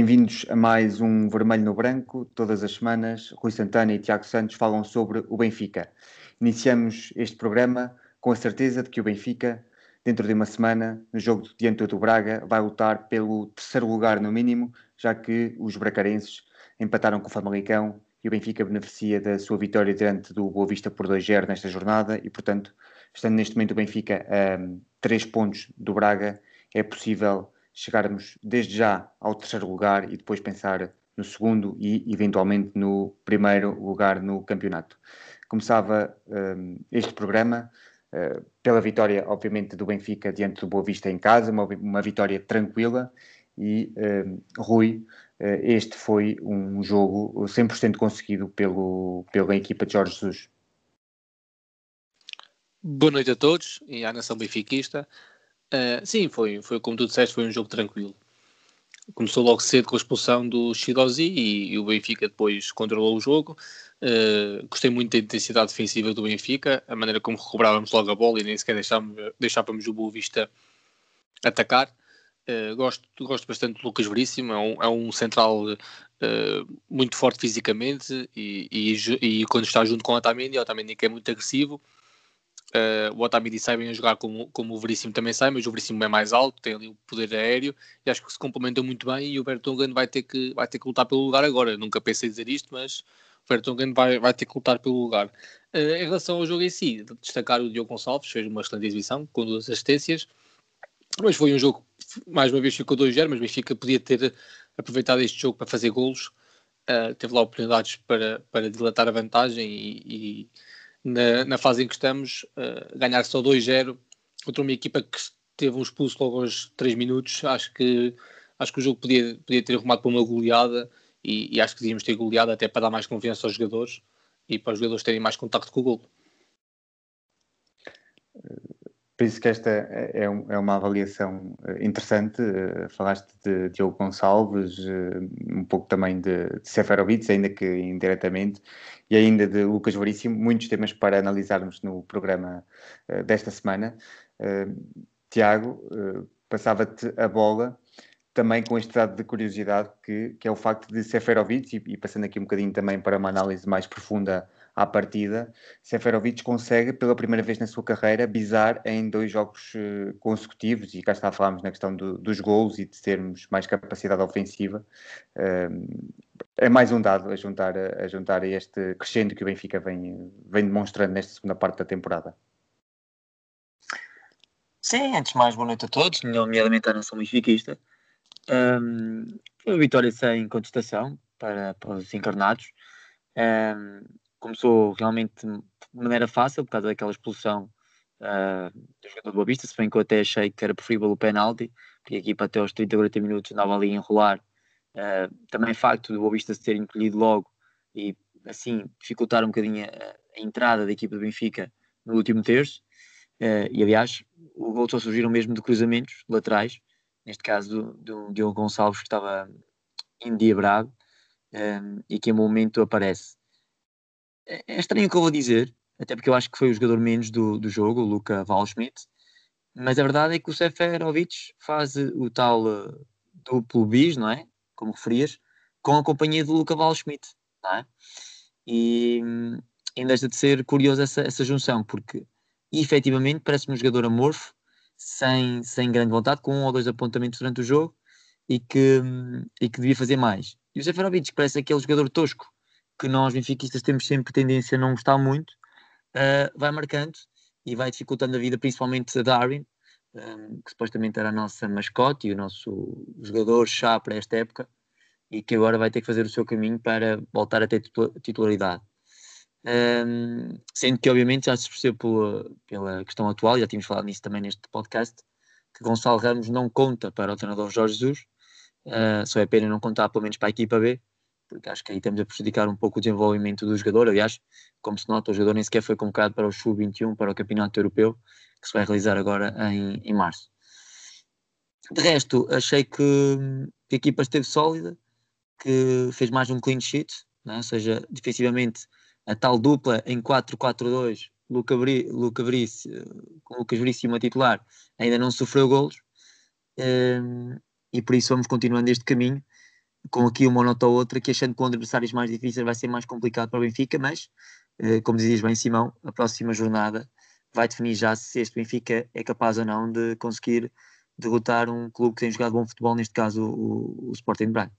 Bem-vindos a mais um Vermelho no Branco. Todas as semanas, Rui Santana e Tiago Santos falam sobre o Benfica. Iniciamos este programa com a certeza de que o Benfica, dentro de uma semana, no jogo diante do Braga, vai lutar pelo terceiro lugar no mínimo, já que os bracarenses empataram com o Famalicão e o Benfica beneficia da sua vitória diante do Boa Vista por 2-0 nesta jornada e, portanto, estando neste momento o Benfica a 3 pontos do Braga, é possível chegarmos desde já ao terceiro lugar e depois pensar no segundo e, eventualmente, no primeiro lugar no campeonato. Começava este programa pela vitória, obviamente, do Benfica diante do Boa Vista em casa, uma vitória tranquila e, Rui, este foi um jogo 100% conseguido pela equipa de Jorge Jesus. Boa noite a todos e à nação benfiquista. Sim, foi como tu disseste, foi um jogo tranquilo. Começou logo cedo com a expulsão do Shidozi e o Benfica depois controlou o jogo. Gostei muito da intensidade defensiva do Benfica, a maneira como recobrávamos logo a bola e nem sequer deixávamos o Boa Vista atacar. Gosto bastante do Lucas Veríssimo, é um central muito forte fisicamente e quando está junto com o Otamendi que é muito agressivo. O Otamendi sai bem a jogar como o Veríssimo também sai, mas o Veríssimo é mais alto, tem ali o poder aéreo e acho que se complementam muito bem e o Vertonghen vai ter que lutar pelo lugar agora. Eu nunca pensei dizer isto, mas o Vertonghen vai ter que lutar pelo lugar. Em relação ao jogo em si, destacar o Diogo Gonçalves, fez uma excelente exibição com 2 assistências, mas foi um jogo, mais uma vez ficou 2-0, mas o Benfica podia ter aproveitado este jogo para fazer golos. Teve lá oportunidades para dilatar a vantagem e na fase em que estamos, ganhar só 2-0 contra uma equipa que teve um expulso logo aos 3 minutos, acho que o jogo podia ter arrumado para uma goleada e acho que devíamos ter goleada até para dar mais confiança aos jogadores e para os jogadores terem mais contacto com o golo. Penso que esta é uma avaliação interessante. Falaste de Diogo Gonçalves, um pouco também de Seferovic, ainda que indiretamente, e ainda de Lucas Veríssimo. Muitos temas para analisarmos no programa desta semana. Tiago, passava-te a bola também com este dado de curiosidade que é o facto de Seferovic, e passando aqui um bocadinho também para uma análise mais profunda à partida, Seferovic consegue pela primeira vez na sua carreira bizar em 2 jogos consecutivos, e cá está, falámos na questão dos golos e de termos mais capacidade ofensiva. É mais um dado a juntar a este crescendo que o Benfica vem demonstrando nesta segunda parte da temporada. Sim, antes de mais, boa noite a todos, nomeadamente à nação benfiquista. Foi uma vitória sem contestação para os encarnados. Começou realmente de maneira fácil por causa daquela expulsão do jogador do Boa Vista, se bem que eu até achei que era preferível o penalti, porque a equipa até aos 30, 40 minutos andava ali a enrolar. Também o facto do Boa Vista se ter encolhido logo e assim dificultar um bocadinho a entrada da equipa do Benfica no último terço. E aliás, o gol só surgiram mesmo de cruzamentos laterais, neste caso do Diogo Gonçalves, que estava endiabrado e que em momento aparece. É estranho o que eu vou dizer, até porque eu acho que foi o jogador menos do jogo, o Luka Waldschmidt, mas a verdade é que o Seferovic faz o tal duplo bis, não é? Como referias, com a companhia do Luka Waldschmidt, não é? E ainda deixa de ser curioso essa junção, porque efetivamente parece-me um jogador amorfo, sem grande vontade, com 1 ou 2 apontamentos durante o jogo e que devia fazer mais. E o Seferovic parece aquele jogador tosco que nós benfiquistas temos sempre tendência a não gostar muito, vai marcando e vai dificultando a vida, principalmente a Darwin, que supostamente era a nossa mascote e o nosso jogador-chave para esta época e que agora vai ter que fazer o seu caminho para voltar a ter titularidade. Sendo que obviamente já se percebe pela questão atual, já tínhamos falado nisso também neste podcast, que Gonçalo Ramos não conta para o treinador Jorge Jesus, só é pena não contar pelo menos para a equipa B, porque acho que aí estamos a prejudicar um pouco o desenvolvimento do jogador. Aliás, como se nota, o jogador nem sequer foi convocado para o Sub-21, para o Campeonato Europeu, que se vai realizar agora em março. De resto, achei que a equipa esteve sólida, que fez mais um clean sheet, né? Ou seja, defensivamente a tal dupla em 4-4-2, Lucas Veríssimo a titular, ainda não sofreu golos, e por isso vamos continuando este caminho. com aqui uma nota ou outra, que achando que com adversários mais difíceis vai ser mais complicado para o Benfica, mas, como dizias bem, Simão, a próxima jornada vai definir já se este Benfica é capaz ou não de conseguir derrotar um clube que tem jogado bom futebol, neste caso o Sporting de Braga.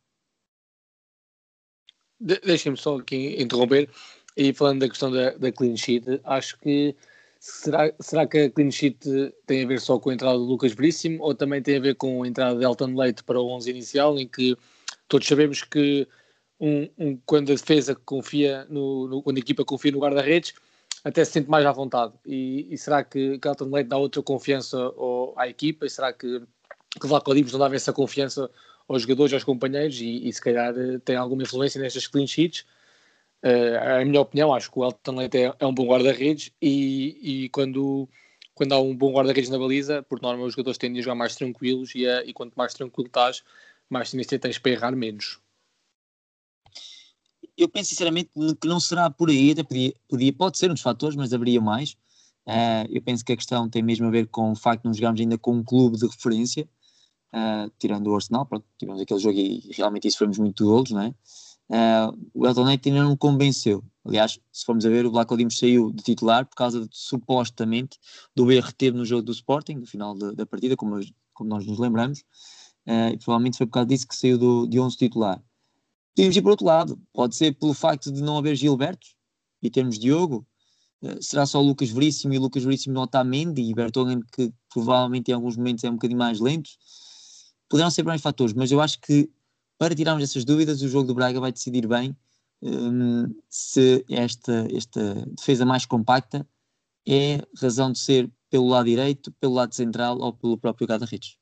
Deixem-me só aqui interromper, e falando da questão da clean sheet, acho que será que a clean sheet tem a ver só com a entrada do Lucas Veríssimo, ou também tem a ver com a entrada de Elton Leite para o 11 inicial, em que todos sabemos que quando a defesa confia quando a equipa confia no guarda-redes, até se sente mais à vontade. E será que Elton Leite dá outra confiança à equipa? E será que Vlaco Dimos não dava essa confiança aos jogadores, aos companheiros, e se calhar tem alguma influência nestas clean sheets? A minha opinião, acho que o Elton Leite é um bom guarda-redes, e quando há um bom guarda-redes na baliza, por norma os jogadores tendem a jogar mais tranquilos, e quanto mais tranquilo estás, mais tendência tens para errar menos. Eu penso sinceramente que não será por aí, até pode ser um dos fatores, mas haveria mais. Eu penso que a questão tem mesmo a ver com o facto de não jogarmos ainda com um clube de referência, tirando o Arsenal, pronto, tivemos aquele jogo e realmente isso fomos muito golos, não é? O Elton Leite ainda não convenceu. Aliás, se formos a ver, o Vlaco Dimos saiu de titular por causa supostamente do erro que teve no jogo do Sporting, no final da partida, como nós nos lembramos, e provavelmente foi por causa disso que saiu de 11 titular. Podemos ir por outro lado, pode ser pelo facto de não haver Gilberto e termos Diogo. Será só Lucas Veríssimo e Lucas Veríssimo não está Mendy e Bertolini, que provavelmente em alguns momentos é um bocadinho mais lento. Poderão ser bons fatores, mas eu acho que para tirarmos essas dúvidas, o jogo do Braga vai decidir bem se esta defesa mais compacta é razão de ser pelo lado direito, pelo lado central ou pelo próprio guarda-redes.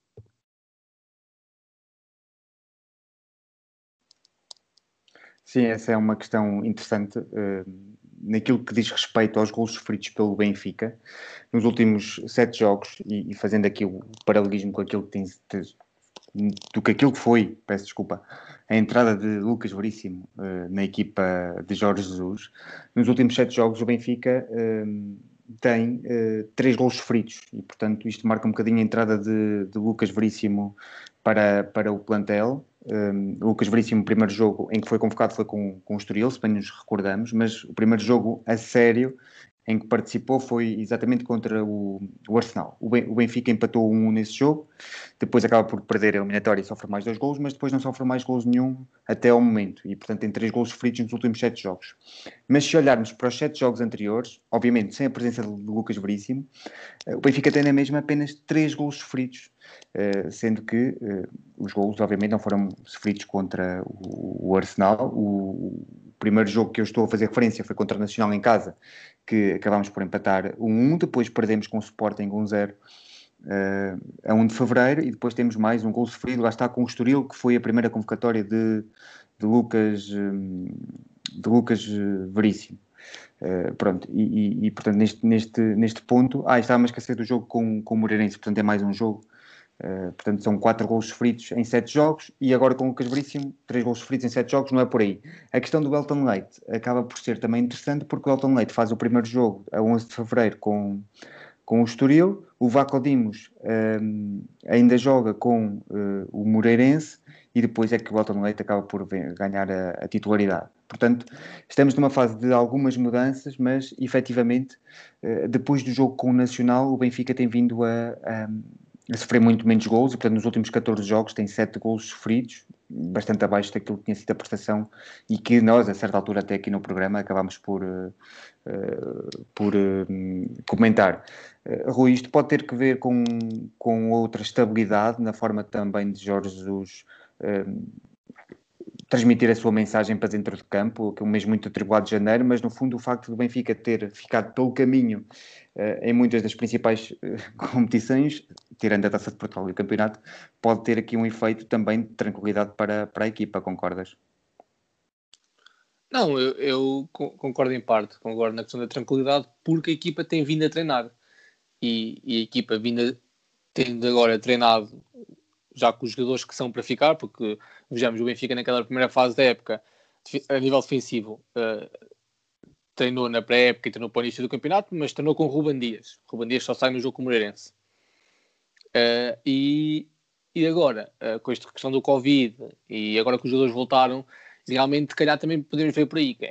Sim, essa é uma questão interessante naquilo que diz respeito aos golos sofridos pelo Benfica. Nos últimos 7 jogos, e fazendo aqui o paralelismo com aquilo que aquilo que foi, peço desculpa, a entrada de Lucas Veríssimo na equipa de Jorge Jesus, nos últimos 7 jogos o Benfica tem 3 golos sofridos, e portanto isto marca um bocadinho a entrada de Lucas Veríssimo para o plantel. O Lucas Veríssimo, o primeiro jogo em que foi convocado foi com o Estoril, se bem nos recordamos, mas o primeiro jogo a sério em que participou foi exatamente contra o Arsenal. O Benfica empatou 1-1 nesse jogo, depois acaba por perder a eliminatória e sofre mais 2 golos, mas depois não sofre mais golos nenhum até ao momento, e portanto tem 3 golos sofridos nos últimos 7 jogos. Mas se olharmos para os 7 jogos anteriores, obviamente sem a presença de Lucas Veríssimo, o Benfica tem na mesma apenas 3 golos sofridos, sendo que os golos obviamente não foram sofridos contra o Arsenal. O primeiro jogo que eu estou a fazer referência foi contra o Nacional em casa, que acabámos por empatar 1-1, depois perdemos com o Sporting 1-0 a 1 de fevereiro, e depois temos mais um gol sofrido, lá está, com o Estoril, que foi a primeira convocatória de Lucas Veríssimo. Pronto, e portanto neste ponto, estava-me a esquecer do jogo com o Moreirense, portanto é mais um jogo. Portanto são 4 golos sofridos em 7 jogos, e agora com o Lucas Veríssimo 3 golos sofridos em 7 jogos, não é por aí. A questão do Elton Leite acaba por ser também interessante, porque o Elton Leite faz o primeiro jogo a 11 de fevereiro com o Estoril, o Vlaco Dimos ainda joga com o Moreirense, e depois é que o Elton Leite acaba por ganhar a titularidade. Portanto, estamos numa fase de algumas mudanças, mas efetivamente depois do jogo com o Nacional, o Benfica tem vindo a sofrer muito menos golos, e portanto nos últimos 14 jogos tem 7 golos sofridos, bastante abaixo daquilo que tinha sido a prestação, e que nós, a certa altura até aqui no programa, acabámos por comentar. Rui, isto pode ter que ver com outra estabilidade na forma também de Jorge Jesus transmitir a sua mensagem para dentro de campo, que é um mês muito atribulado de janeiro, mas no fundo o facto do Benfica ter ficado pelo caminho em muitas das principais competições, tirando a Taça de Portugal e o campeonato, pode ter aqui um efeito também de tranquilidade para a equipa, concordas? Não, eu concordo em parte, concordo na questão da tranquilidade, porque a equipa tem vindo a treinar, e a equipa tendo agora treinado já com os jogadores que são para ficar, porque vejamos, o Benfica naquela primeira fase da época, a nível defensivo, treinou na pré-época e treinou para o início do campeonato, mas treinou com Ruben Dias. Ruben Dias só sai no jogo com o Moreirense. E E agora, com esta questão do Covid e agora que os jogadores voltaram, realmente, se calhar também podemos ver por aí, que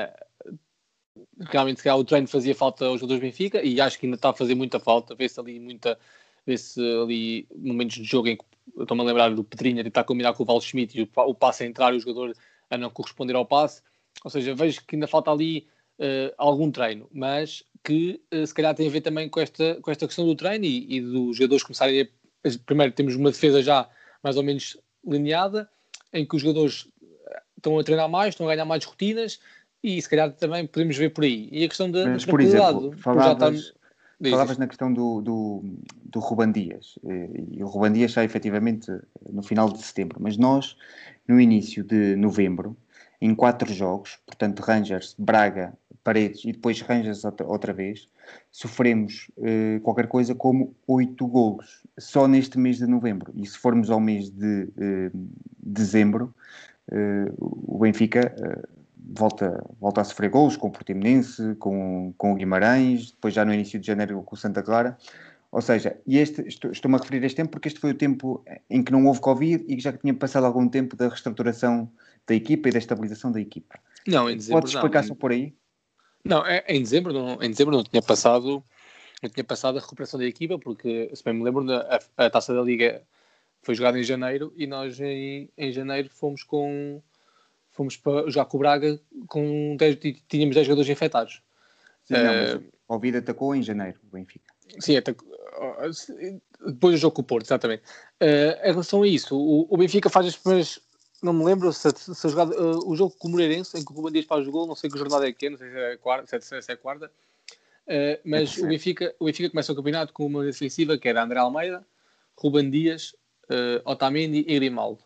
realmente, se calhar, o treino fazia falta aos jogadores do Benfica e acho que ainda está a fazer muita falta. Vê-se ali momentos de jogo em que estou-me a lembrar do Pedrinho a tentar combinar com o Val Schmidt e o passe a entrar e o jogador a não corresponder ao passe. Ou seja, vejo que ainda falta ali algum treino, mas que se calhar tem a ver também com esta questão do treino e dos jogadores começarem primeiro temos uma defesa já mais ou menos lineada, em que os jogadores estão a treinar mais, estão a ganhar mais rotinas e se calhar também podemos ver por aí. E a questão da Mas, por exemplo, falavas Diz. na questão do Ruben Dias, e o Ruben Dias está efetivamente no final de setembro, mas nós, no início de novembro, em 4 jogos, portanto Rangers, Braga, Paredes e depois Rangers outra vez, sofremos qualquer coisa como 8 golos, só neste mês de novembro. E se formos ao mês de dezembro, o Benfica volta a sofrer golos com o Portimonense, com o Guimarães, depois já no início de janeiro com o Santa Clara. Ou seja, estou-me a referir a este tempo porque este foi o tempo em que não houve Covid e que já tinha passado algum tempo da reestruturação da equipa e da estabilização da equipa. Não, em dezembro Podes explicar só por aí? Não, em dezembro não tinha passado a recuperação da equipa, porque, se bem me lembro, a Taça da Liga foi jogada em janeiro e nós em janeiro fomos para jogar com o Braga tínhamos 10 jogadores infectados. Sim, não, mas o Covid atacou em janeiro, o Benfica. Sim, depois do jogo com o Porto, exatamente. Em relação a isso, o Benfica faz as primeiras... Não me lembro se a jogada... o jogo com o Moreirense, em que o Ruben Dias faz o gol, não sei que jornada é que é, não sei se é a quarta, se é a quarta. Mas o Benfica começa o campeonato com uma defensiva que era André Almeida, Ruben Dias, Otamendi e Grimaldo.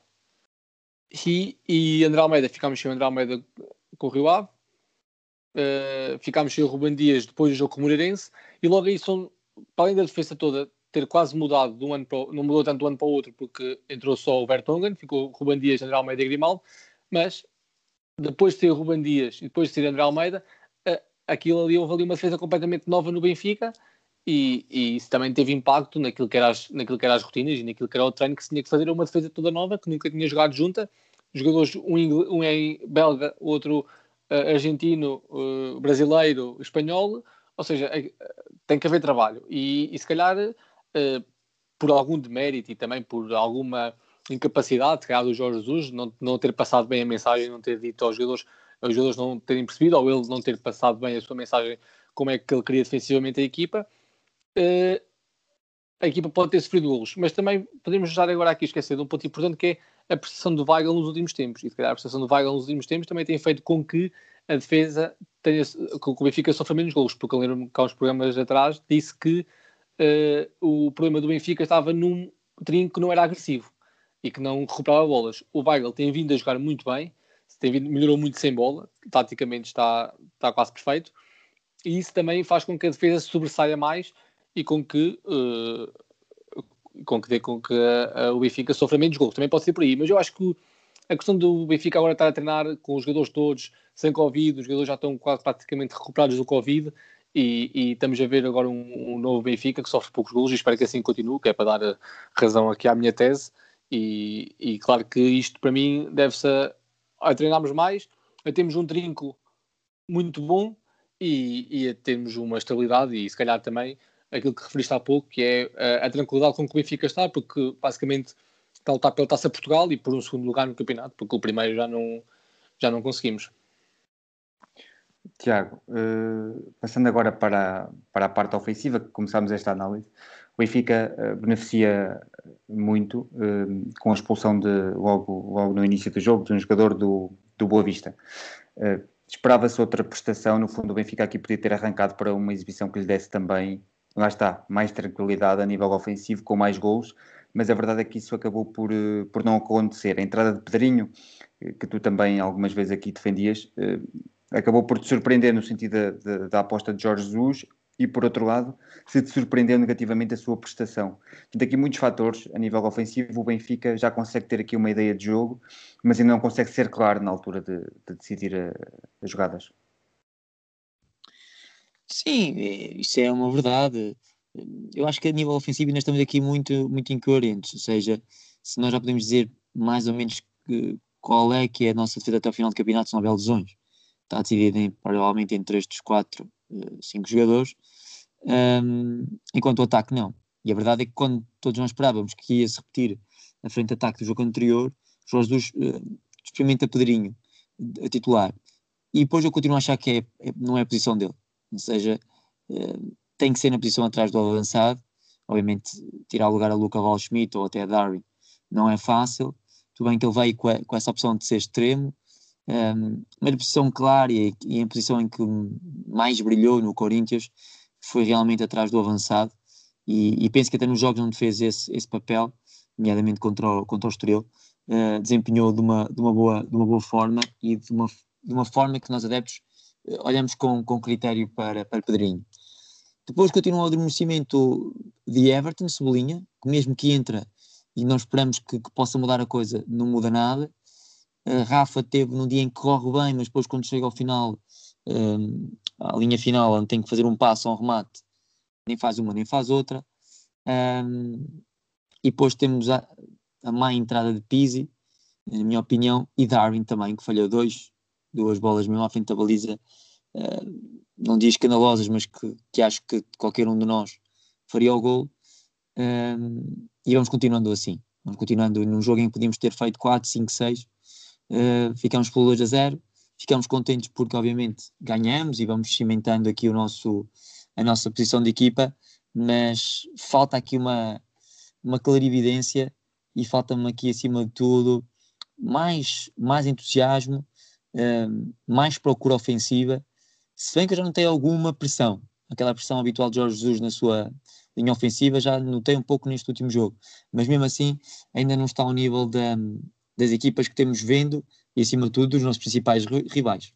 E André Almeida, ficámos sem o André Almeida com o Rio Ave, ficámos sem o Ruben Dias depois do jogo com o Moreirense, e logo aí para além da defesa toda ter quase mudado de um ano não mudou tanto de um ano para o outro, porque entrou só o Vertonghen, ficou Ruben Dias, André Almeida e Grimaldo, mas depois de ter o Ruben Dias e depois de ter André Almeida, houve ali uma defesa completamente nova no Benfica, e isso também teve impacto naquilo que era as rotinas e naquilo que era o treino que se tinha que fazer. Uma defesa toda nova, que nunca tinha jogado junta, jogadores, um é belga, o outro argentino, brasileiro, espanhol, ou seja, tem que haver trabalho, e se calhar por algum demérito e também por alguma incapacidade, se calhar do Jorge Jesus, não ter passado bem a mensagem, não ter dito aos jogadores não terem percebido, ou ele não ter passado bem a sua mensagem, como é que ele queria defensivamente a equipa pode ter sofrido golos, mas também podemos já agora aqui esquecer de um ponto importante, que é a prestação do Weigl nos últimos tempos, e se calhar a prestação do Weigl nos últimos tempos também tem feito com que a defesa com que o Benfica sofra menos golos, porque eu lembro-me que há uns programas atrás disse que o problema do Benfica estava num trinco que não era agressivo e que não recuperava bolas. O Weigl tem vindo a jogar muito bem, melhorou muito sem bola, taticamente está quase perfeito, e isso também faz com que a defesa se sobressaia mais e com que o Benfica sofra menos gols. Também pode ser por aí, mas eu acho que a questão do Benfica agora estar a treinar com os jogadores todos sem Covid, os jogadores já estão quase praticamente recuperados do Covid, e estamos a ver agora um novo Benfica que sofre poucos golos, e espero que assim continue, que é para dar razão aqui à minha tese, e claro que isto para mim deve-se a treinarmos mais, a termos um trinco muito bom e a termos uma estabilidade, e se calhar também aquilo que referiste há pouco, que é a tranquilidade com que o Benfica está, porque basicamente está a lutar pela Taça Portugal e por um segundo lugar no campeonato, porque o primeiro já não conseguimos. Tiago, passando agora para a parte ofensiva, que começámos esta análise, o Benfica beneficia muito com a expulsão logo no início do jogo de um jogador do Boa Vista. Esperava-se outra prestação, no fundo o Benfica aqui podia ter arrancado para uma exibição que lhe desse também, lá está, mais tranquilidade a nível ofensivo, com mais golos, mas a verdade é que isso acabou por não acontecer. A entrada de Pedrinho, que tu também algumas vezes aqui defendias, acabou por te surpreender no sentido da aposta de Jorge Jesus, e por outro lado, se te surpreendeu negativamente a sua prestação. Portanto, aqui muitos fatores a nível ofensivo. O Benfica já consegue ter aqui uma ideia de jogo, mas ainda não consegue ser claro na altura de decidir as jogadas. Sim, isso é uma verdade. eu acho que a nível ofensivo ainda estamos aqui muito, muito incoerentes, ou seja, se nós já podemos dizer mais ou menos qual é que é a nossa defesa até ao final do campeonato, se não houver lesões, está decidido provavelmente entre estes 4, 5 jogadores, enquanto o ataque não. E a verdade é que quando todos nós esperávamos que ia se repetir a frente de ataque do jogo anterior, Jorge Jesus experimenta Pedrinho a titular, e depois eu continuo a achar que não é a posição dele, ou seja, tem que ser na posição atrás do avançado. Obviamente tirar o lugar a Luca Waldschmidt ou até a Darwin não é fácil, tudo bem que ele veio com essa opção de ser extremo, mas a posição clara e a posição em que mais brilhou no Corinthians foi realmente atrás do avançado, e penso que até nos jogos onde fez esse papel, nomeadamente contra o Estoril, desempenhou de uma boa forma, e de uma forma que nós adeptos olhamos com critério para Pedrinho. Depois continua o adormecimento de Everton, Cebolinha, que mesmo que entra e nós esperamos que possa mudar a coisa, não muda nada. Rafa teve num dia em que corre bem, mas depois quando chega ao final, à linha final, onde tem que fazer um passo ou um remate, nem faz uma nem faz outra. E depois temos a má entrada de Pizzi, na minha opinião, e Darwin também, que falhou duas bolas mesmo à frente da baliza, não diz escandalosas, mas que acho que qualquer um de nós faria o gol. E vamos continuando assim, vamos continuando num jogo em que podíamos ter feito 4, 5, 6, ficamos pelo 2-0, ficamos contentes porque obviamente ganhamos e vamos cimentando aqui a nossa posição de equipa, mas falta aqui uma clarividência, e falta-me aqui acima de tudo mais entusiasmo, mais procura ofensiva, se bem que eu já notei alguma pressão, aquela pressão habitual de Jorge Jesus na sua linha ofensiva, já notei um pouco neste último jogo, mas mesmo assim ainda não está ao nível das equipas que temos vendo, e acima de tudo dos nossos principais rivais.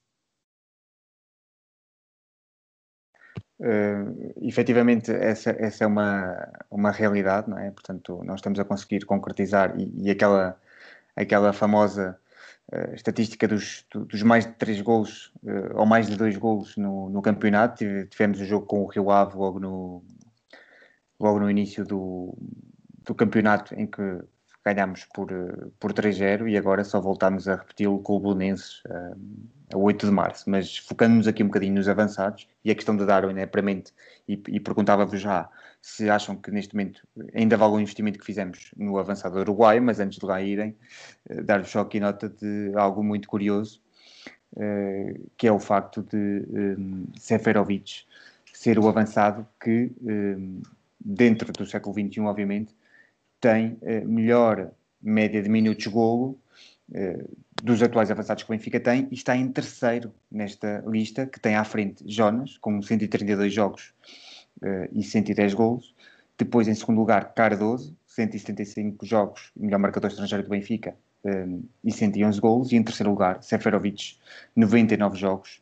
Efetivamente essa é uma realidade, não é? Portanto, nós estamos a conseguir concretizar, e aquela famosa estatística dos mais de 3 golos ou mais de 2 golos no campeonato. Tivemos o jogo com o Rio Ave logo no início do campeonato, em que ganhámos por 3-0, e agora só voltámos a repeti-lo com o Belenenses a 8 de março. Mas focando-nos aqui um bocadinho nos avançados, e a questão de Darwin é premente, e perguntava-vos já se acham que neste momento ainda vale o investimento que fizemos no avançado uruguaio. Mas antes de lá irem, dar-vos só aqui nota de algo muito curioso, que é o facto de Seferovic ser o avançado que, dentro do século XXI, obviamente, tem melhor média de minutos-golo dos atuais avançados que o Benfica tem, e está em terceiro nesta lista, que tem à frente Jonas, com 132 jogos e 110 golos. Depois, em segundo lugar, Cardoso, 175 jogos, melhor marcador estrangeiro do Benfica, e 111 golos. E em terceiro lugar, Seferovic, 99 jogos,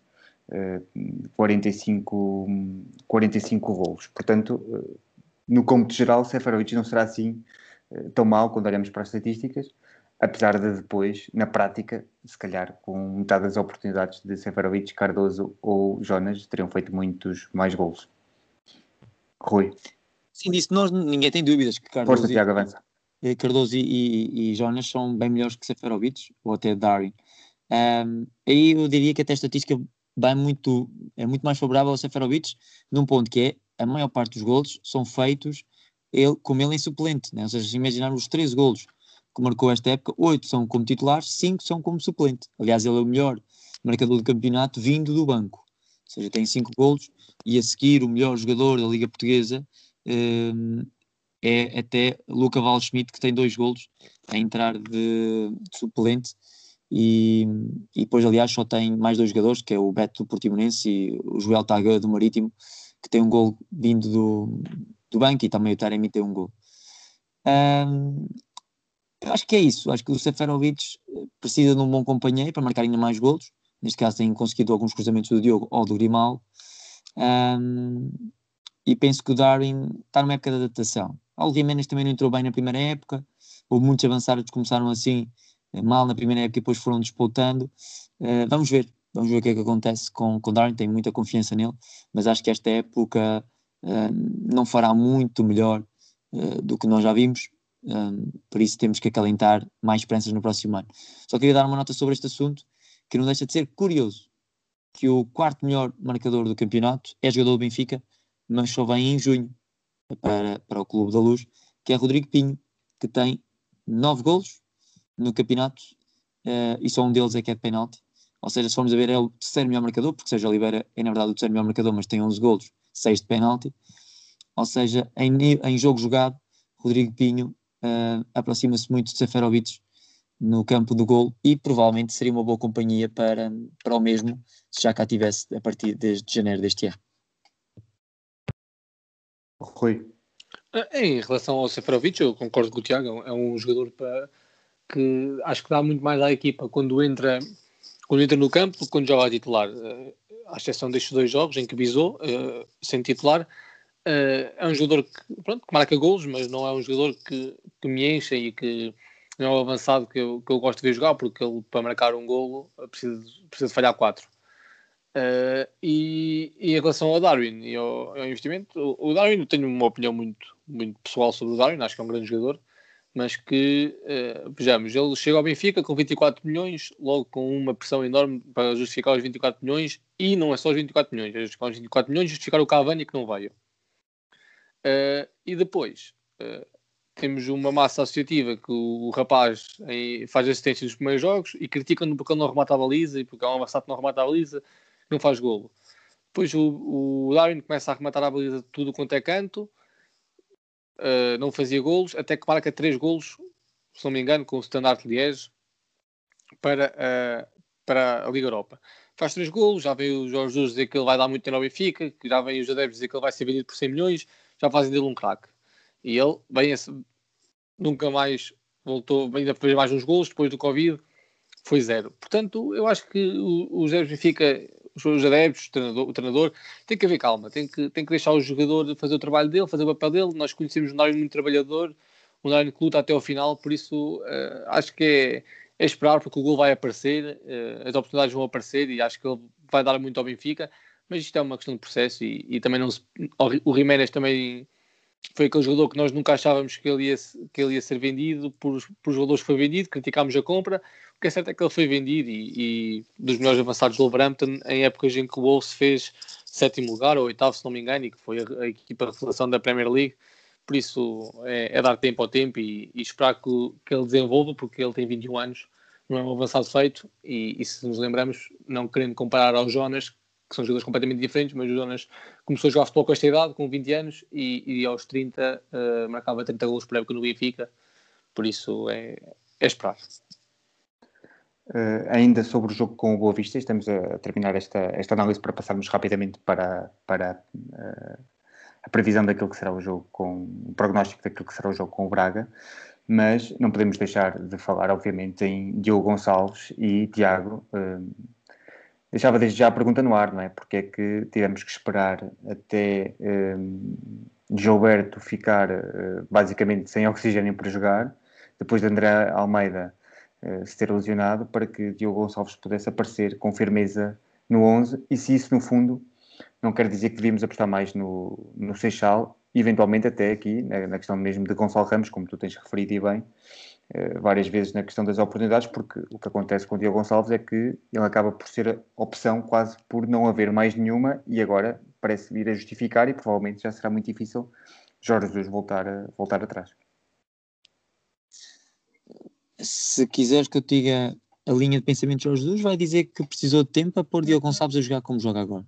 45 golos. Portanto, no cômputo geral, Seferovic não será assim tão mal quando olhamos para as estatísticas, apesar de depois, na prática, se calhar com metade das oportunidades de Seferovic, Cardoso ou Jonas teriam feito muitos mais golos. Rui. Sim, disso ninguém tem dúvidas que Cardoso, Força, Tiago, avança. Cardoso e Jonas são bem melhores que Seferovic ou até Darwin. Aí eu diria que até a estatística é muito mais favorável ao Seferovic, num ponto que é, a maior parte dos golos são feitos como ele em suplente, né? Ou seja, se imaginar os 13 golos que marcou esta época, 8 são como titular, 5 são como suplente. Aliás, ele é o melhor marcador do campeonato vindo do banco, ou seja, tem 5 golos, e a seguir o melhor jogador da Liga Portuguesa é até Luca Waldschmidt, que tem 2 golos a entrar de suplente, e depois, aliás, só tem mais 2 jogadores, que é o Beto do Portimonense e o Joel Taga do Marítimo, que tem um gol vindo do banco, e também o Taremi tem um gol. Eu acho que é isso. Acho que o Seferovic precisa de um bom companheiro para marcar ainda mais golos. Neste caso tem conseguido alguns cruzamentos do Diogo ou do Grimaldo. E penso que o Darwin está numa época de adaptação. O Jiménez também não entrou bem na primeira época. Houve muitos avançados que começaram assim mal na primeira época e depois foram despontando. Vamos ver o que é que acontece com Darwin. Tenho muita confiança nele, mas acho que esta época não fará muito melhor do que nós já vimos, por isso temos que acalentar mais esperanças no próximo ano. Só queria dar uma nota sobre este assunto, que não deixa de ser curioso, que o quarto melhor marcador do campeonato é jogador do Benfica, mas só vem em junho para o Clube da Luz, que é Rodrigo Pinho, que tem 9 golos no campeonato, e só um deles é que é de penalti. Ou seja, se formos a ver, é o terceiro melhor marcador, porque Sérgio Oliveira é na verdade o terceiro melhor marcador, mas tem 11 golos, 6 de penalti. Ou seja, em jogo jogado, Rodrigo Pinho aproxima-se muito de Seferovic no campo do golo, e provavelmente seria uma boa companhia para o mesmo, se já cá tivesse a partir de janeiro deste ano. Rui. Em relação ao Seferovic, eu concordo com o Tiago, é um jogador que acho que dá muito mais à equipa quando entra no campo do que quando joga a titular. À exceção destes 2 jogos em que bisou, sem titular, é um jogador que marca golos, mas não é um jogador que me enche e que não é um avançado que eu gosto de ver jogar, porque ele, para marcar um golo, precisa de falhar 4. E em relação ao Darwin e ao investimento, o Darwin, eu tenho uma opinião muito, muito pessoal sobre o Darwin, acho que é um grande jogador, mas que, vejamos, ele chega ao Benfica com 24 milhões, logo com uma pressão enorme para justificar os 24 milhões, e não é só os 24 milhões, é justificar os 24 milhões e justificar o Cavani que não veio. E depois temos uma massa associativa que o rapaz faz assistência nos primeiros jogos e criticam-no porque ele não remata a baliza e porque é um avançado que não remata a baliza, não faz golo. Depois o Darwin começa a arrematar a baliza de tudo quanto é canto, não fazia golos, até que marca 3 golos, se não me engano, com o Standard Liège para a Liga Europa. Faz 3 golos, já veio o Jorge Jesus dizer que ele vai dar muito tempo ao Benfica, que já veio os adeptos dizer que ele vai ser vendido por 100 milhões, já fazem dele um craque. E ele, nunca mais voltou, ainda fez mais uns golos depois do Covid, foi 0. Portanto, eu acho que os adeptos Benfica, os adeptos, o treinador, tem que haver calma, tem que deixar o jogador fazer o trabalho dele, fazer o papel dele. Nós conhecemos um Darwin muito trabalhador, um Darwin que luta até ao final, por isso acho que é esperar, porque o gol vai aparecer, as oportunidades vão aparecer e acho que ele vai dar muito ao Benfica, mas isto é uma questão de processo e também não se... O Jiménez também foi aquele jogador que nós nunca achávamos que ele ia ser vendido por jogadores que foi vendido, criticámos a compra. O que é certo é que ele foi vendido e dos melhores avançados do Wolverhampton em épocas em que o Wolves fez 7º lugar ou 8º, se não me engano, e que foi a equipa de revelação da Premier League. Por isso é dar tempo ao tempo e esperar que ele desenvolva, porque ele tem 21 anos, não é um avançado feito, e se nos lembramos, não querendo comparar ao Jonas, que são jogadores completamente diferentes, mas o Jonas começou a jogar futebol com esta idade, com 20 anos, e aos 30 marcava 30 golos por época no Benfica, por isso é esperar. Ainda sobre o jogo com o Boa Vista, estamos a terminar esta análise para passarmos rapidamente para a previsão daquilo que será o jogo o prognóstico daquilo que será o jogo com o Braga, mas não podemos deixar de falar, obviamente, em Diogo Gonçalves e Tiago. Deixava desde já a pergunta no ar, não é? Porque é que tivemos que esperar até Gilberto ficar basicamente sem oxigênio para jogar, depois de André Almeida se ter lesionado, para que Diogo Gonçalves pudesse aparecer com firmeza no 11, e se isso no fundo não quer dizer que devíamos apostar mais no Seixal, eventualmente até aqui na questão mesmo de Gonçalo Ramos, como tu tens referido e bem, várias vezes na questão das oportunidades, porque o que acontece com o Diogo Gonçalves é que ele acaba por ser a opção quase por não haver mais nenhuma, e agora parece vir a justificar, e provavelmente já será muito difícil Jorge Jesus voltar atrás. Se quiseres que eu te diga a linha de pensamento de Jorge Jesus, vai dizer que precisou de tempo para pôr Diogo Gonçalves a jogar como joga agora.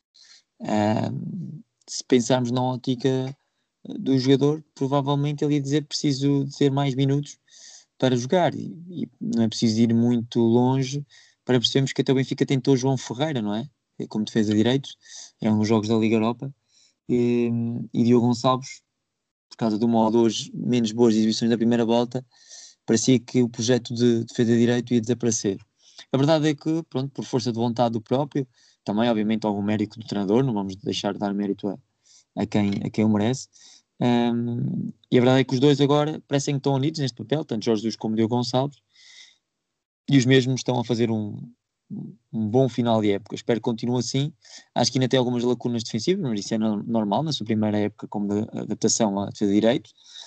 Se pensarmos na ótica do jogador, provavelmente ele ia dizer preciso de ter mais minutos para jogar, e não é preciso ir muito longe para percebermos que até o Benfica tentou João Ferreira, não é? Como defesa direito, é um dos jogos da Liga Europa, e Diogo Gonçalves, por causa de uma ou duas menos boas exibições da primeira volta, parecia que o projeto de defesa direito ia desaparecer. A verdade é que, pronto, por força de vontade do próprio, também obviamente algum mérito do treinador, não vamos deixar de dar mérito a quem o merece, e a verdade é que os dois agora parecem que estão unidos neste papel, tanto Jorge Jesus como Diogo Gonçalves, e os mesmos estão a fazer um um bom final de época. Espero que continue assim. Acho que ainda tem algumas lacunas defensivas, mas isso é normal na sua primeira época como de adaptação à defesa de direito.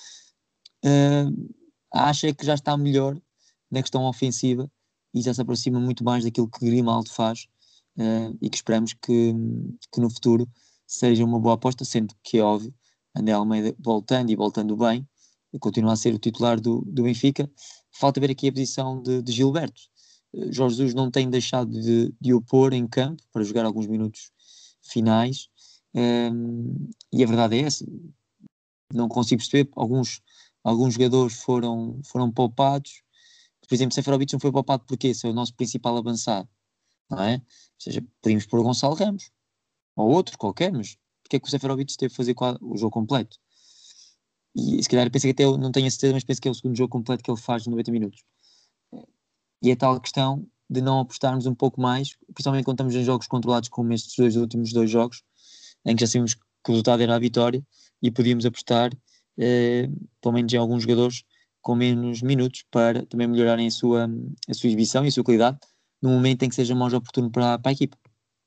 Acho que já está melhor na questão ofensiva e já se aproxima muito mais daquilo que Grimaldo faz, e que esperamos que no futuro seja uma boa aposta, sendo que é óbvio, André Almeida voltando bem, continua a ser o titular do Benfica. Falta ver aqui a posição de Gilberto. Jorge Jesus não tem deixado de o pôr em campo para jogar alguns minutos finais, e a verdade é essa. Não consigo perceber, alguns jogadores foram poupados. Por exemplo, Seferovic não foi poupado porque esse é o nosso principal avançado, não é? Ou seja, podíamos pôr o Gonçalo Ramos ou outro qualquer, mas porque é que o Seferovic teve que fazer o jogo completo? E se calhar penso que até não tenho a certeza, mas penso que é o segundo jogo completo que ele faz de 90 minutos. E é tal questão de não apostarmos um pouco mais, principalmente quando estamos em jogos controlados como estes últimos 2 jogos, em que já sabíamos que o resultado era a vitória e podíamos apostar pelo menos em alguns jogadores com menos minutos para também melhorarem a sua exibição e a sua qualidade no momento em que seja mais oportuno para a equipa.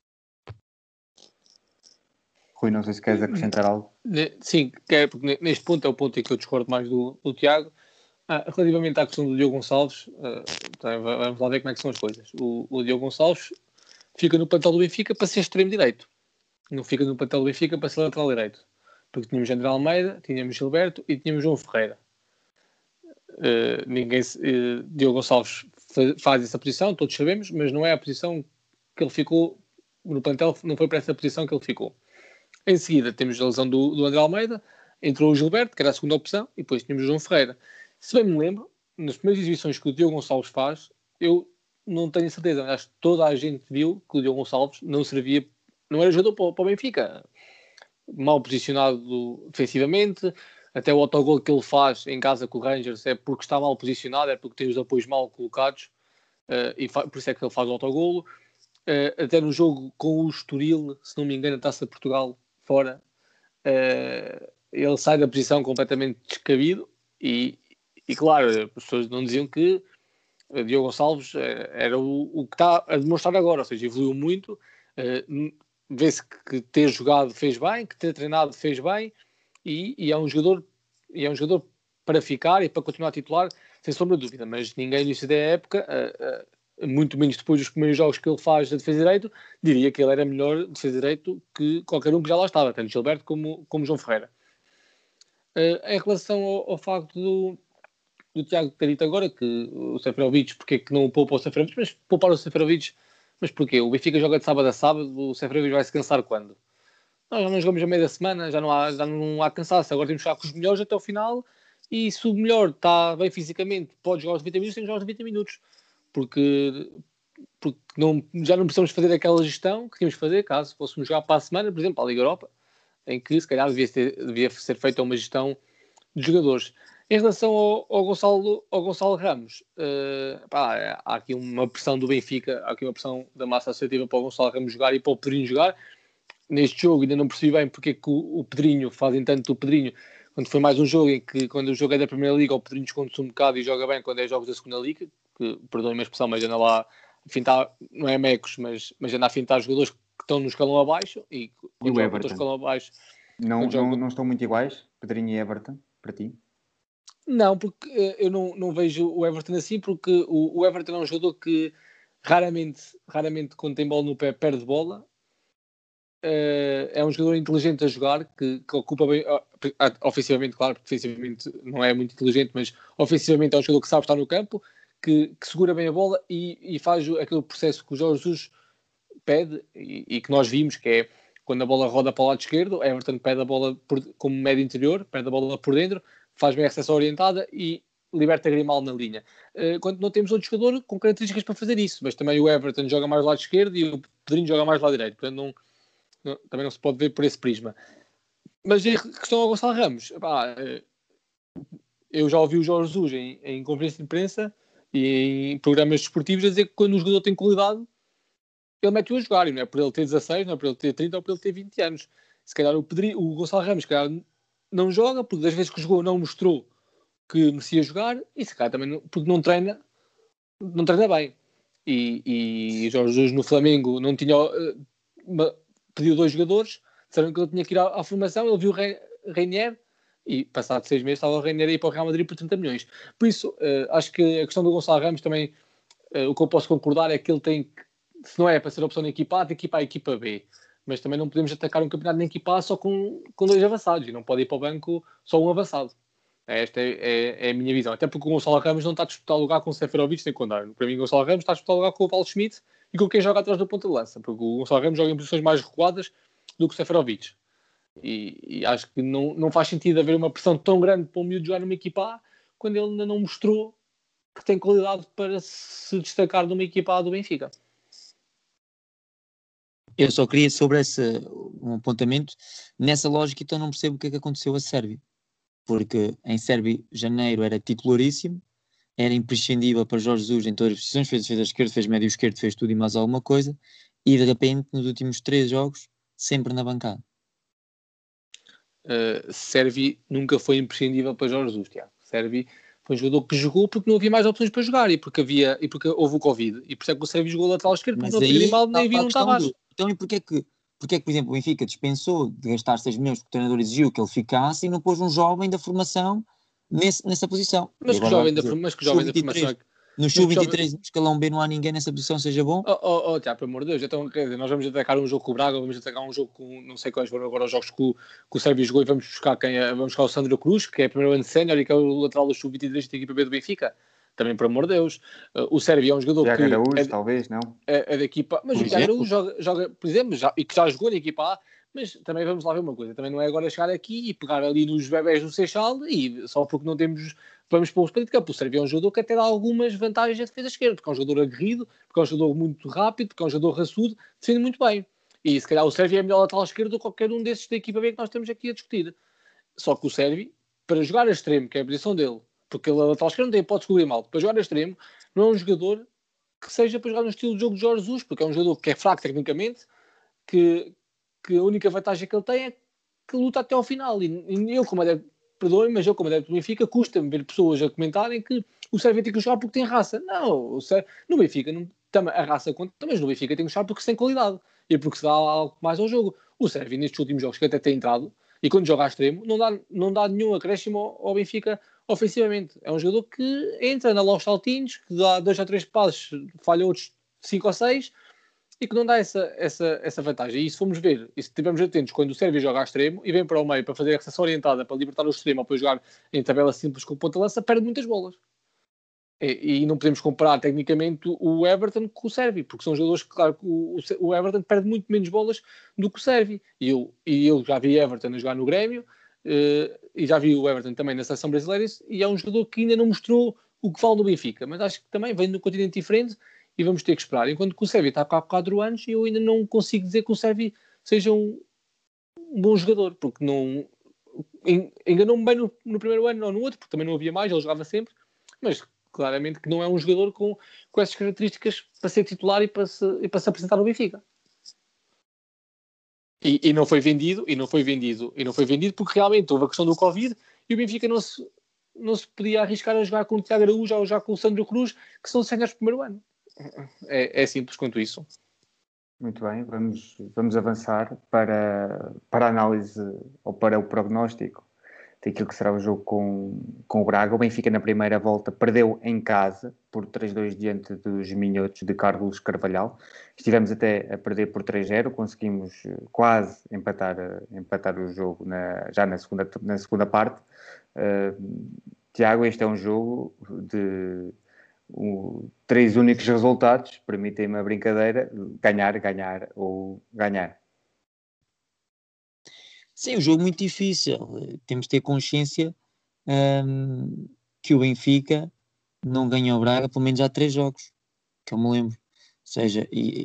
Rui, não sei se queres acrescentar algo. Sim, quero, porque neste ponto é o ponto em que eu discordo mais do Tiago. Relativamente à questão do Diogo Gonçalves, vamos lá ver como é que são as coisas. O Diogo Gonçalves fica no plantel do Benfica para ser extremo direito, não fica no plantel do Benfica para ser lateral direito, porque tínhamos André Almeida, tínhamos Gilberto e tínhamos João Ferreira. Diogo Gonçalves faz essa posição, todos sabemos, mas não é a posição que ele ficou no plantel, não foi para essa posição que ele ficou. Em seguida temos a lesão do André Almeida, entrou o Gilberto, que era a segunda opção, e depois tínhamos o João Ferreira. Se bem me lembro, nas primeiras exibições que o Diogo Gonçalves faz, eu não tenho certeza, mas acho que toda a gente viu que o Diogo Gonçalves não era jogador para o Benfica. Mal posicionado defensivamente, até o autogol que ele faz em casa com o Rangers é porque está mal posicionado, é porque tem os apoios mal colocados, por isso é que ele faz o autogolo. Até no jogo com o Estoril, se não me engano, a Taça de Portugal fora, ele sai da posição completamente descabido e claro, as pessoas não diziam que o Diogo Gonçalves era o que está a demonstrar agora, ou seja, evoluiu muito. Vê-se que ter jogado fez bem, que ter treinado fez bem, e é um jogador para ficar e para continuar a titular, sem sombra de dúvida, mas ninguém no início da época, muito menos depois dos primeiros jogos que ele faz de defesa de direito, diria que ele era melhor defesa de direito que qualquer um que já lá estava, tanto Gilberto como João Ferreira. Em relação ao facto do Tiago ter dito agora que o Seferovic, porque é que não poupa o Seferovic, mas poupar o Seferovic, mas porquê? O Benfica joga de sábado a sábado, o Seferovic vai se cansar quando? Nós já não jogamos a meio da semana, já não há cansaço, agora temos que jogar com os melhores até o final, e se o melhor está bem fisicamente, pode jogar os 90 minutos, tem que jogar os 90 minutos, porque já não precisamos fazer aquela gestão que tínhamos que fazer caso fôssemos jogar para a semana, por exemplo, para a Liga Europa, em que se calhar devia ser feita uma gestão de jogadores. Em relação ao Gonçalo Ramos, há aqui uma pressão do Benfica, há aqui uma pressão da massa associativa para o Gonçalo Ramos jogar e para o Pedrinho jogar. Neste jogo ainda não percebi bem porque é que o Pedrinho, fazem tanto o Pedrinho, quando foi mais um jogo em que, quando o jogo é da Primeira Liga, o Pedrinho esconde-se um bocado e joga bem quando é jogos da Segunda Liga, que, perdoem-me a expressão, mas anda lá a fintar, não é mecos, mas anda a fintar jogadores que estão no escalão abaixo, e quando o jogam no escalão abaixo... Não estão muito iguais, Pedrinho e Everton, para ti? Não, porque eu não vejo o Everton assim, porque o Everton é um jogador que raramente quando tem bola no pé, perde bola. É um jogador inteligente a jogar, que ocupa bem, ofensivamente, claro, porque defensivamente não é muito inteligente, mas ofensivamente é um jogador que sabe estar no campo, que segura bem a bola e faz aquele processo que o Jorge Jesus pede e que nós vimos, que é quando a bola roda para o lado esquerdo, Everton pede a bola como médio interior, pede a bola por dentro, faz bem a recepção orientada e liberta Grimaldo na linha. Quando não temos outro jogador com características para fazer isso, mas também o Everton joga mais do lado esquerdo e o Pedrinho joga mais do lado direito, portanto também não se pode ver por esse prisma. Mas em questão ao Gonçalo Ramos, eu já ouvi o Jorge Jesus em conferência de imprensa e em programas desportivos a dizer que quando o jogador tem qualidade, ele mete-o a jogar, e não é por ele ter 16, não é por ele ter 30 ou por ele ter 20 anos. Se calhar o Gonçalo Ramos, se calhar, não joga, porque das vezes que jogou não mostrou que merecia jogar, e se calhar também porque não treina bem. e Jorge Jesus no Flamengo não tinha, pediu 2 jogadores, disseram que ele tinha que ir à formação, ele viu Reinier e passado 6 meses estava o Reinier a ir para o Real Madrid por 30 milhões. Por isso, acho que a questão do Gonçalo Ramos também, o que eu posso concordar é que ele tem que, se não é para ser a opção na equipa A, tem que ir para a equipa B. Mas também não podemos atacar um campeonato na equipa A só com 2 avançados e não pode ir para o banco só um avançado. Esta é a minha visão. Até porque o Gonçalo Ramos não está a disputar lugar com o Seferovic nem com o Darwin. Para mim, o Gonçalo Ramos está a disputar lugar com o Paulo Schmidt e com quem joga atrás da ponta de lança. Porque o Gonçalo Ramos joga em posições mais recuadas do que o Seferovic. E acho que não faz sentido haver uma pressão tão grande para o miúdo jogar numa equipa A quando ele ainda não mostrou que tem qualidade para se destacar numa equipa A do Benfica. Eu só queria sobre um apontamento. Nessa lógica, então não percebo o que é que aconteceu a Sérvia. Porque em Sérvia, janeiro era titularíssimo, era imprescindível para Jorge Jesus em todas as posições, fez defesa esquerda, fez médio esquerdo, fez tudo e mais alguma coisa, e de repente, nos últimos 3 jogos, sempre na bancada. Sérvia nunca foi imprescindível para Jorge Jesus, Tiago. Sérvia foi um jogador que jogou porque não havia mais opções para jogar e porque houve o Covid. E por isso é que o Sérvia jogou lateral esquerdo, porque Mas não havia aí mal nem havia um Tavares. Então, e porquê que, por exemplo, o Benfica dispensou de gastar 6 milhões porque o treinador exigiu que ele ficasse e não pôs um jovem da formação nessa posição? Mas que jovem da formação... No Sub-23, no escalão B, não há ninguém nessa posição, seja bom? Tiago, pelo amor de Deus, então, quer dizer, nós vamos atacar um jogo com o Braga, vamos atacar um jogo com, não sei quais foram agora os jogos que o Sérvia jogou e vamos buscar o Sandro Cruz, que é o primeiro ano de sénior e que é o lateral do Sub-23 da equipa B do Benfica. Também, pelo amor de Deus. O Sérvia é um jogador que... Araújo, talvez, não? É da equipa... Mas o Araújo joga, por exemplo, e que já jogou na equipa A, mas também vamos lá ver uma coisa. Também não é agora chegar aqui e pegar ali nos bebés do Seixal e só porque não temos... Vamos para o espelho de campo. O Sérvia é um jogador que até dá algumas vantagens à defesa esquerda, porque é um jogador aguerrido, porque é um jogador muito rápido, porque é um jogador raçudo, defende muito bem. E se calhar o Sérvia é melhor lateral esquerdo do que qualquer um desses da equipa B que nós temos aqui a discutir. Só que o Sérvia, para jogar a extremo, que é a posição dele, porque ele é lateral esquerdo, não tem hipótese de cobrir mal, para jogar a extremo, não é um jogador que seja para jogar no estilo de jogo de Jorge Jesus, porque é um jogador que é fraco tecnicamente, que a única vantagem que ele tem é que luta até ao final. E eu, como adepto, perdoem, mas eu, como adepto do Benfica, custa-me ver pessoas a comentarem que o Sérvia tem que jogar porque tem raça. Não, no Benfica a raça conta, mas no Benfica tem que jogar porque se tem qualidade e porque se dá algo mais ao jogo. O Sérvia, nestes últimos jogos que até tem entrado, e quando joga a extremo, não dá nenhum acréscimo ao Benfica ofensivamente. É um jogador que entra, anda lá aos saltinhos, que dá 2 ou 3 passos, falha outros 5 ou 6, e que não dá essa vantagem. E se formos ver, e se estivermos atentos, quando o Sérvia joga a extremo e vem para o meio para fazer a recepção orientada, para libertar o extremo, ou para jogar em tabela simples com ponta-lança, perde muitas bolas. E não podemos comparar tecnicamente o Everton com o Sérvia, porque são jogadores que, claro, o Everton perde muito menos bolas do que o Sérvia. E eu já vi Everton a jogar no Grêmio, e já vi o Everton também na seleção brasileira, e é um jogador que ainda não mostrou o que vale no Benfica, mas acho que também vem de um continente diferente e vamos ter que esperar. Enquanto que o Sérvia está cá há 4 anos e eu ainda não consigo dizer que o Sérvia seja um bom jogador, porque não enganou-me bem no primeiro ano ou no outro, porque também não havia mais, ele jogava sempre, mas claramente que não é um jogador com essas características para ser titular e para se apresentar no Benfica. E não foi vendido porque realmente houve a questão do Covid e o Benfica não se podia arriscar a jogar com o Tiago Araújo ou já com o Sandro Cruz, que são séniores do primeiro ano. É simples quanto isso. Muito bem, vamos avançar para a análise ou para o prognóstico daquilo que será o jogo com o Braga. O Benfica na primeira volta perdeu em casa por 3-2 diante dos minhotos de Carlos Carvalhal. Estivemos até a perder por 3-0, conseguimos quase empatar o jogo já na segunda parte. Tiago, este é um jogo de 3 únicos resultados, permitem-me a brincadeira, ganhar ou ganhar. Sim, um jogo muito difícil. Temos de ter consciência que o Benfica não ganha o Braga pelo menos há 3 jogos, que eu me lembro. Ou seja,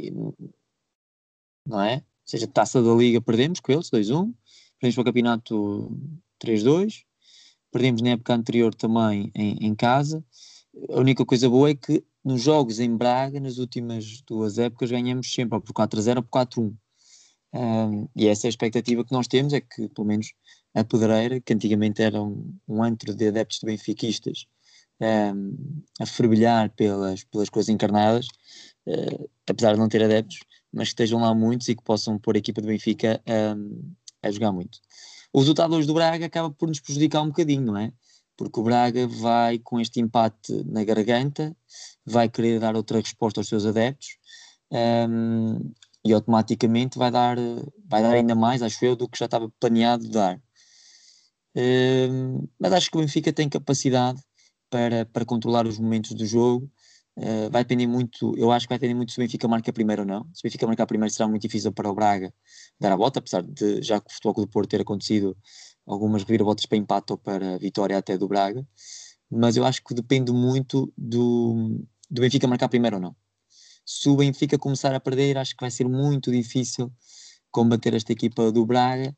não é? Ou seja, Taça da Liga perdemos com eles, 2-1. Perdemos para o campeonato 3-2. Perdemos na época anterior também em casa. A única coisa boa é que nos jogos em Braga, nas últimas 2 épocas, ganhamos sempre ou por 4-0 ou por 4-1. E essa é a expectativa que nós temos, é que pelo menos a Pedreira, que antigamente era um antro de adeptos de benfiquistas, a fervilhar pelas cores encarnadas, apesar de não ter adeptos, mas que estejam lá muitos e que possam pôr a equipa do Benfica a jogar muito. O resultado hoje do Braga acaba por nos prejudicar um bocadinho, não é? Porque o Braga vai, com este empate na garganta, vai querer dar outra resposta aos seus adeptos, e automaticamente vai dar ainda mais, acho eu, do que já estava planeado dar. Mas acho que o Benfica tem capacidade para controlar os momentos do jogo. Vai depender muito, eu acho que vai depender muito se o Benfica marca primeiro ou não. Se o Benfica marcar primeiro será muito difícil para o Braga dar a volta, apesar de já com o Futebol Clube do Porto ter acontecido algumas reviravoltas para empate ou para vitória até do Braga, mas eu acho que depende muito do Benfica marcar primeiro ou não. Se o Benfica começar a perder, acho que vai ser muito difícil combater esta equipa do Braga,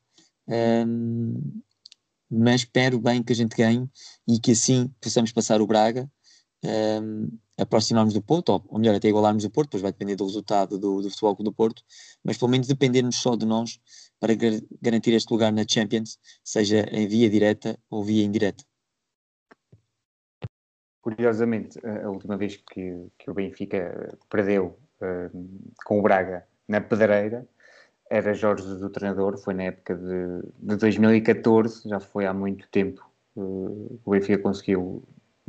mas espero bem que a gente ganhe e que assim possamos passar o Braga, aproximarmos do Porto, ou melhor, até igualarmos o Porto, depois vai depender do resultado do Futebol Clube do Porto, mas pelo menos dependermos só de nós para garantir este lugar na Champions, seja em via direta ou via indireta. Curiosamente, a última vez que o Benfica perdeu com o Braga na Pedreira era Jorge Jesus o treinador, foi na época de 2014, já foi há muito tempo que o Benfica conseguiu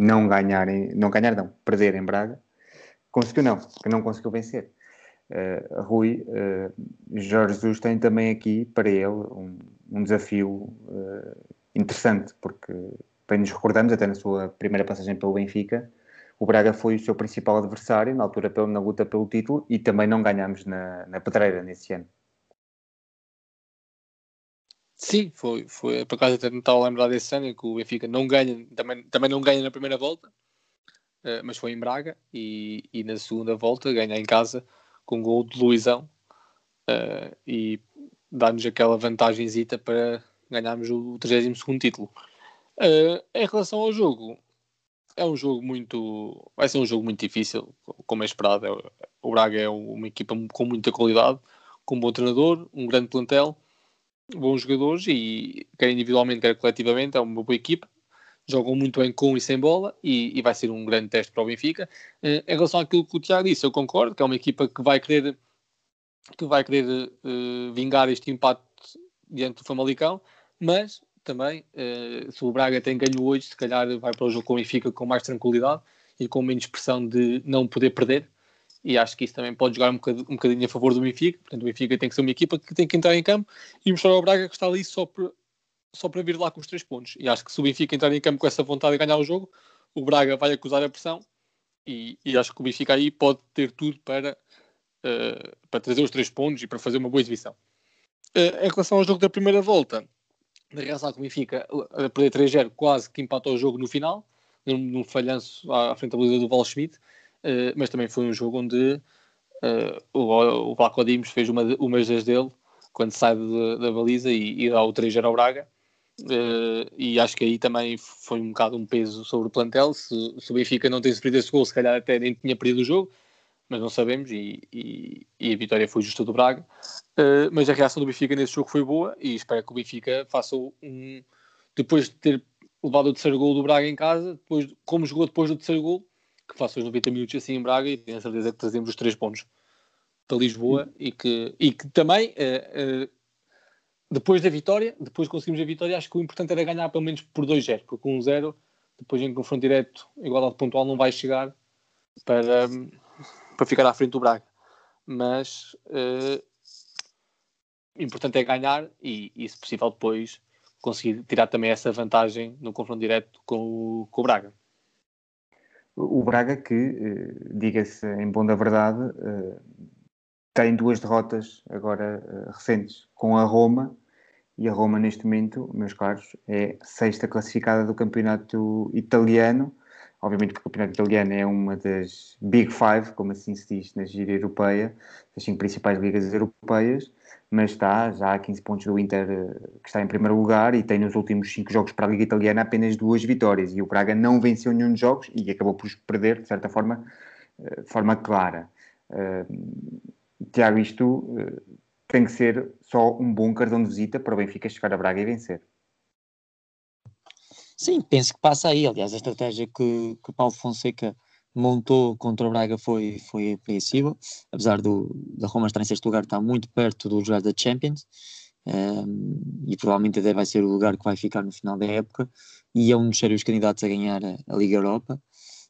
perder em Braga. Conseguiu não conseguiu vencer. Rui, Jorge Jesus tem também aqui para ele um desafio interessante, porque bem nos recordamos, até na sua primeira passagem pelo Benfica, o Braga foi o seu principal adversário na altura na luta pelo título e também não ganhámos na Pedreira nesse ano. Sim, foi por acaso até não estava a lembrar desse ano em que o Benfica não ganha, também não ganha na primeira volta, mas foi em Braga e na segunda volta ganha em casa com um gol de Luizão, e dá-nos aquela vantagenzita para ganharmos o 32º título. Em relação ao jogo, vai ser um jogo muito difícil, como é esperado. O Braga é uma equipa com muita qualidade, com um bom treinador, um grande plantel, bons jogadores e quer individualmente, quer coletivamente, é uma boa equipa. Jogam muito bem com e sem bola e vai ser um grande teste para o Benfica. Em relação àquilo que o Tiago disse, eu concordo que é uma equipa que vai querer vingar este empate diante do Famalicão, mas também, se o Braga tem ganho hoje, se calhar vai para o jogo com o Benfica com mais tranquilidade e com menos pressão de não poder perder, e acho que isso também pode jogar um bocadinho a favor do Benfica. Portanto, o Benfica tem que ser uma equipa que tem que entrar em campo e mostrar ao Braga que está ali só para vir lá com os 3 pontos, e acho que se o Benfica entrar em campo com essa vontade de ganhar o jogo, o Braga vai acusar a pressão e acho que o Benfica aí pode ter tudo para trazer os 3 pontos e para fazer uma boa exibição. Em relação ao jogo da primeira volta, na realidade o Benfica a perder 3-0 quase que empatou o jogo no final, num falhanço à frente da baliza do Waldschmidt, mas também foi um jogo onde o Vlaco Dimos fez uma das dele quando sai da baliza e dá o 3-0 ao Braga. E acho que aí também foi um bocado um peso sobre o plantel. Se o Benfica não tem sofrido esse gol, se calhar até nem tinha perdido o jogo, mas não sabemos, e a vitória foi justa do Braga. Mas a reação do Benfica nesse jogo foi boa e espero que o Benfica faça depois de ter levado o terceiro gol do Braga em casa, como jogou depois do terceiro gol, que faça os 90 minutos assim em Braga, e tenho a certeza que trazemos os 3 pontos para Lisboa e que também depois conseguimos a vitória, acho que o importante era ganhar pelo menos por 2-0, porque 1-0 depois em confronto direto, igualdade pontual, não vai chegar para ficar à frente do Braga. Mas o importante é ganhar e, se possível, depois conseguir tirar também essa vantagem no confronto direto com o Braga. O Braga que, diga-se em bom da verdade, tem 2 derrotas agora recentes com a Roma, e a Roma neste momento, meus caros, é 6ª classificada do campeonato italiano. Obviamente que o campeonato italiano é uma das Big Five, como assim se diz na gíria europeia, das 5 principais ligas europeias, mas está já a 15 pontos do Inter, que está em primeiro lugar, e tem nos últimos 5 jogos para a Liga Italiana apenas 2 vitórias, e o Braga não venceu nenhum dos jogos e acabou por perder, de certa forma, de forma clara. Tiago, isto tem que ser só um bom cartão de visita para o Benfica chegar a Braga e vencer. Sim, penso que passa aí. Aliás, a estratégia que Paulo Fonseca montou contra o Braga foi apreensível, apesar da Roma estar em sexto lugar, está muito perto do lugar da Champions, e provavelmente até vai ser o lugar que vai ficar no final da época, e é um dos sérios candidatos a ganhar a Liga Europa.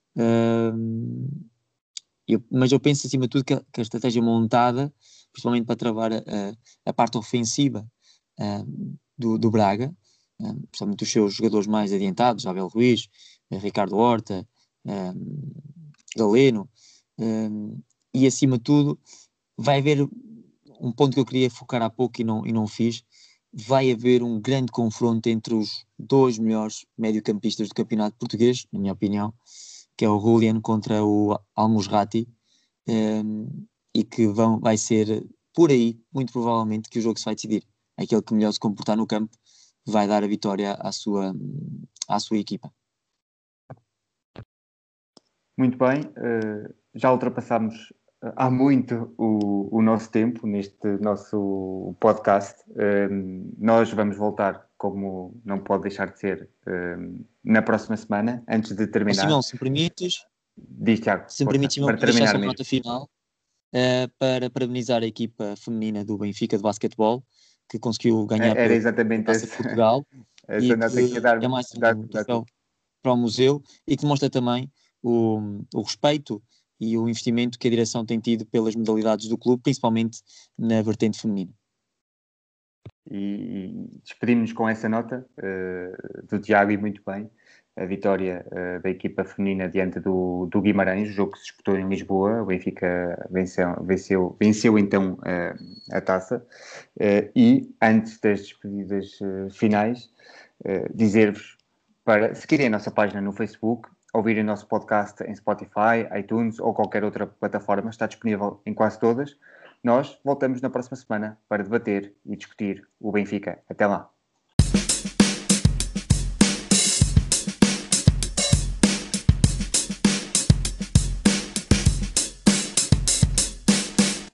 Mas eu penso acima de tudo que a estratégia montada, principalmente para travar a parte ofensiva do Braga, principalmente os seus jogadores mais adiantados, Abel Ruiz, Ricardo Horta, Galeno, e acima de tudo vai haver um ponto que eu queria focar há pouco e não fiz. Vai haver um grande confronto entre os dois melhores mediocampistas do campeonato português, na minha opinião, que é o Julian contra o Al-Musrati, e que vai ser por aí, muito provavelmente, que o jogo se vai decidir. Aquele que melhor se comportar no campo vai dar a vitória à sua equipa. Muito bem, já ultrapassámos há muito o nosso tempo neste nosso podcast. Nós vamos voltar, como não pode deixar de ser, na próxima semana, antes de terminar. Simão, se me permites, diz, Tiago, Simão, para terminar deixar mesmo. Nota final para parabenizar a equipa feminina do Benfica de basquetebol, que conseguiu ganhar Era exatamente Taça de Portugal, essa e nota que que dar, é mais um troféu para o museu, e que demonstra também o respeito e o investimento que a direção tem tido pelas modalidades do clube, principalmente na vertente feminina. E despedimos-nos com essa nota do Tiago, e muito bem. A vitória da equipa feminina diante do Guimarães, o jogo que se disputou em Lisboa. O Benfica venceu então a taça. E antes das despedidas finais, dizer-vos para seguirem a nossa página no Facebook, ouvirem o nosso podcast em Spotify, iTunes ou qualquer outra plataforma, está disponível em quase todas. Nós voltamos na próxima semana para debater e discutir o Benfica. Até lá!